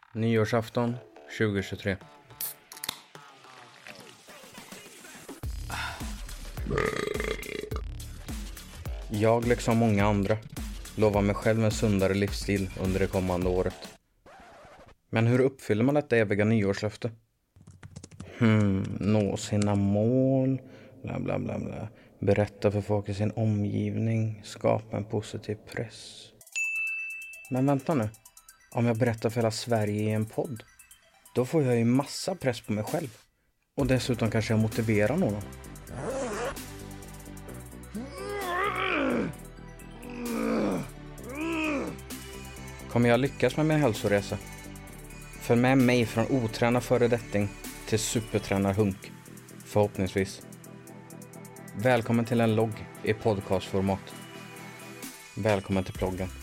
Nyårsafton 2023. Jag, liksom många andra, lovar mig själv en sundare livsstil under det kommande året. Men hur uppfyller man detta eviga nyårslöfte? Nå sina mål, bla bla bla bla. Berätta för folk i sin omgivning, skapa en positiv press. Men vänta nu, om jag berättar för hela Sverige i en podd, då får jag ju massa press på mig själv. Och dessutom kanske jag motiverar någon. Kommer jag lyckas med min hälsoresa? Följ med mig från otränad föredetting till supertränar hunk. Förhoppningsvis. Välkommen till en logg i podcastformat. Välkommen till ploggen.